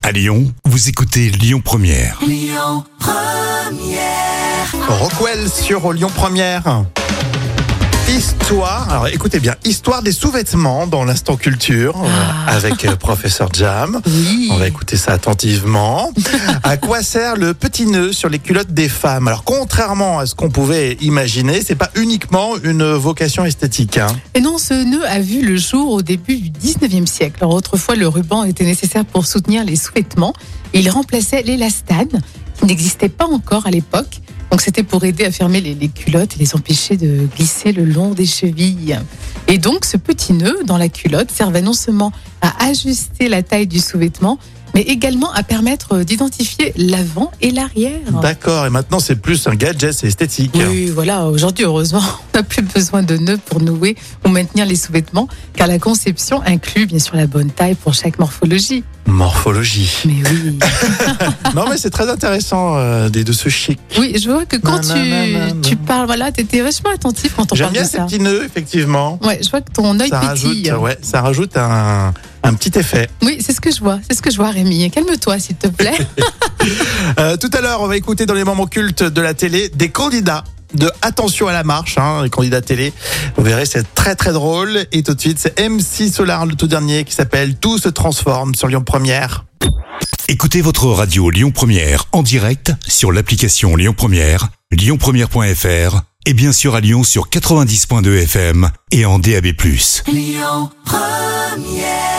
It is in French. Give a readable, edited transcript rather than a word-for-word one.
À Lyon, vous écoutez Lyon Première. Lyon Première. Rockwell sur Lyon Première. Histoire, alors écoutez bien, histoire des sous-vêtements dans l'instant culture avec professeur Jam. Oui. On va écouter ça attentivement. À quoi sert le petit nœud sur les culottes des femmes? Alors contrairement à ce qu'on pouvait imaginer, c'est pas uniquement une vocation esthétique. Et non, ce nœud a vu le jour au début du 19e siècle. Alors autrefois, le ruban était nécessaire pour soutenir les sous-vêtements. Et il remplaçait l'élastane, qui n'existait pas encore à l'époque. Donc c'était pour aider à fermer les culottes et les empêcher de glisser le long des chevilles. Et donc ce petit nœud dans la culotte servait non seulement à ajuster la taille du sous-vêtement, mais également à permettre d'identifier l'avant et l'arrière. D'accord, et maintenant c'est plus un gadget, c'est esthétique. Oui, voilà, aujourd'hui heureusement, on n'a plus besoin de nœuds pour nouer ou maintenir les sous-vêtements, car la conception inclut bien sûr la bonne taille pour chaque morphologie. Morphologie. Mais oui. Non mais c'est très intéressant de ce chic. Oui, je vois que quand Nanana. tu parles, voilà, t'étais vachement attentif quand on J'aime parle de bien ces ça. petits nœuds, effectivement. Ouais, je vois que ton œil pétille. Ça rajoute un petit effet. Oui, c'est ce que je vois, Rémi. Calme-toi, s'il te plaît. Tout à l'heure, on va écouter dans les moments cultes de la télé des candidats de Attention à la marche, les candidats télé. Vous verrez, c'est très très drôle. Et tout de suite, c'est MC Solar, le tout dernier, qui s'appelle Tout se transforme sur Lyon Première. Écoutez votre radio Lyon Première en direct sur l'application Lyon Première, lyonpremière.fr et bien sûr à Lyon sur 90.2 FM et en DAB+. Lyon Première.